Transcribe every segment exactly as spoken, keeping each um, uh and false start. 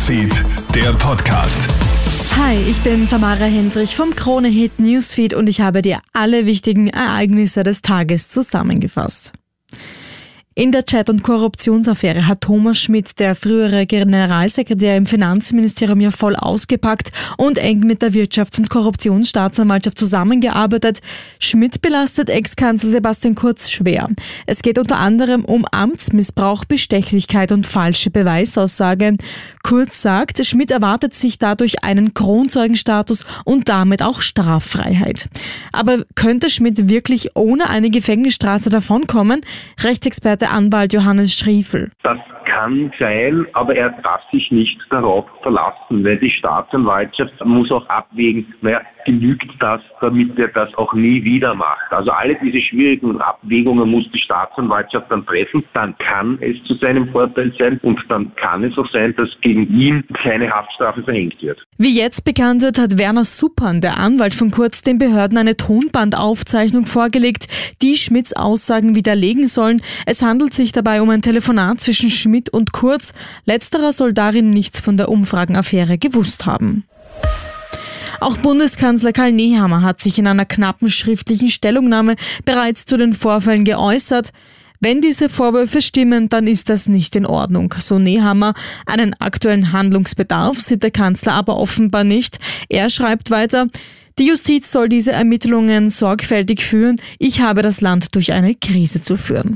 Newsfeed, der Podcast. Hi, ich bin Tamara Hendrich vom Krone-Hit Newsfeed und ich habe dir alle wichtigen Ereignisse des Tages zusammengefasst. In der Chat- und Korruptionsaffäre hat Thomas Schmidt, der frühere Generalsekretär im Finanzministerium, ja voll ausgepackt und eng mit der Wirtschafts- und Korruptionsstaatsanwaltschaft zusammengearbeitet. Schmidt belastet Ex-Kanzler Sebastian Kurz schwer. Es geht unter anderem um Amtsmissbrauch, Bestechlichkeit und falsche Beweisaussage. Kurz sagt, Schmidt erwartet sich dadurch einen Kronzeugenstatus und damit auch Straffreiheit. Aber könnte Schmidt wirklich ohne eine Gefängnisstrafe davonkommen? Rechtsexperte Anwalt Johannes Schriefel. Das kann sein, aber er darf sich nicht darauf verlassen, weil die Staatsanwaltschaft muss auch abwägen, naja, genügt das, damit er das auch nie wieder macht. Also alle diese schwierigen Abwägungen muss die Staatsanwaltschaft dann treffen, dann kann es zu seinem Vorteil sein und dann kann es auch sein, dass gegen ihn keine Haftstrafe verhängt wird. Wie jetzt bekannt wird, hat Werner Suppan, der Anwalt von Kurz, den Behörden eine Tonbandaufzeichnung vorgelegt, die Schmidts Aussagen widerlegen sollen. Es handelt sich dabei um ein Telefonat zwischen Schmidt und Kurz. Letzterer soll darin nichts von der Umfragenaffäre gewusst haben. Auch Bundeskanzler Karl Nehammer hat sich in einer knappen schriftlichen Stellungnahme bereits zu den Vorfällen geäußert. Wenn diese Vorwürfe stimmen, dann ist das nicht in Ordnung, so Nehammer. Einen aktuellen Handlungsbedarf sieht der Kanzler aber offenbar nicht. Er schreibt weiter: Die Justiz soll diese Ermittlungen sorgfältig führen. Ich habe das Land durch eine Krise zu führen.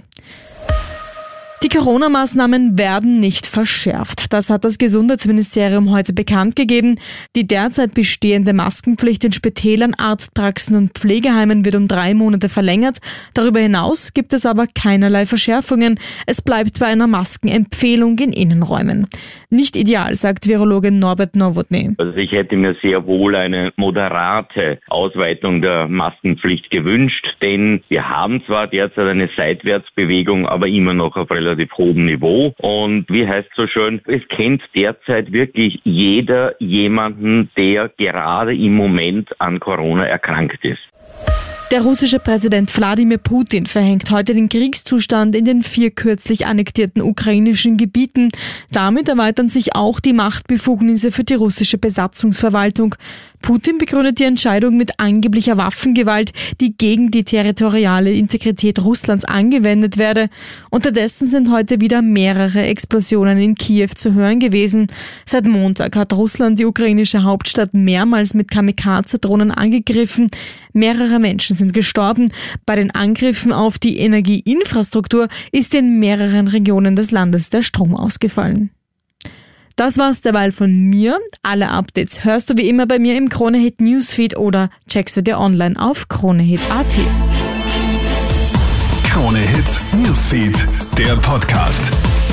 Die Corona-Maßnahmen werden nicht verschärft. Das hat das Gesundheitsministerium heute bekannt gegeben. Die derzeit bestehende Maskenpflicht in Spitälern, Arztpraxen und Pflegeheimen wird um drei Monate verlängert. Darüber hinaus gibt es aber keinerlei Verschärfungen. Es bleibt bei einer Maskenempfehlung in Innenräumen. Nicht ideal, sagt Virologe Norbert Nowotny. Also ich hätte mir sehr wohl eine moderate Ausweitung der Maskenpflicht gewünscht, denn wir haben zwar derzeit eine Seitwärtsbewegung, aber immer noch auf relativ hohem Niveau. Und wie heißt so schön, es kennt derzeit wirklich jeder jemanden, der gerade im Moment an Corona erkrankt ist. Der russische Präsident Wladimir Putin verhängt heute den Kriegszustand in den vier kürzlich annektierten ukrainischen Gebieten. Damit erweitern sich auch die Machtbefugnisse für die russische Besatzungsverwaltung. Putin begründet die Entscheidung mit angeblicher Waffengewalt, die gegen die territoriale Integrität Russlands angewendet werde. Unterdessen sind heute wieder mehrere Explosionen in Kiew zu hören gewesen. Seit Montag hat Russland die ukrainische Hauptstadt mehrmals mit Kamikaze-Drohnen angegriffen. Mehrere Menschen sind gestorben. Bei den Angriffen auf die Energieinfrastruktur ist in mehreren Regionen des Landes der Strom ausgefallen. Das war's derweil von mir. Alle Updates hörst du wie immer bei mir im Krone-Hit Newsfeed oder checkst du dir online auf kronehit punkt at. Krone-Hit Newsfeed, der Podcast.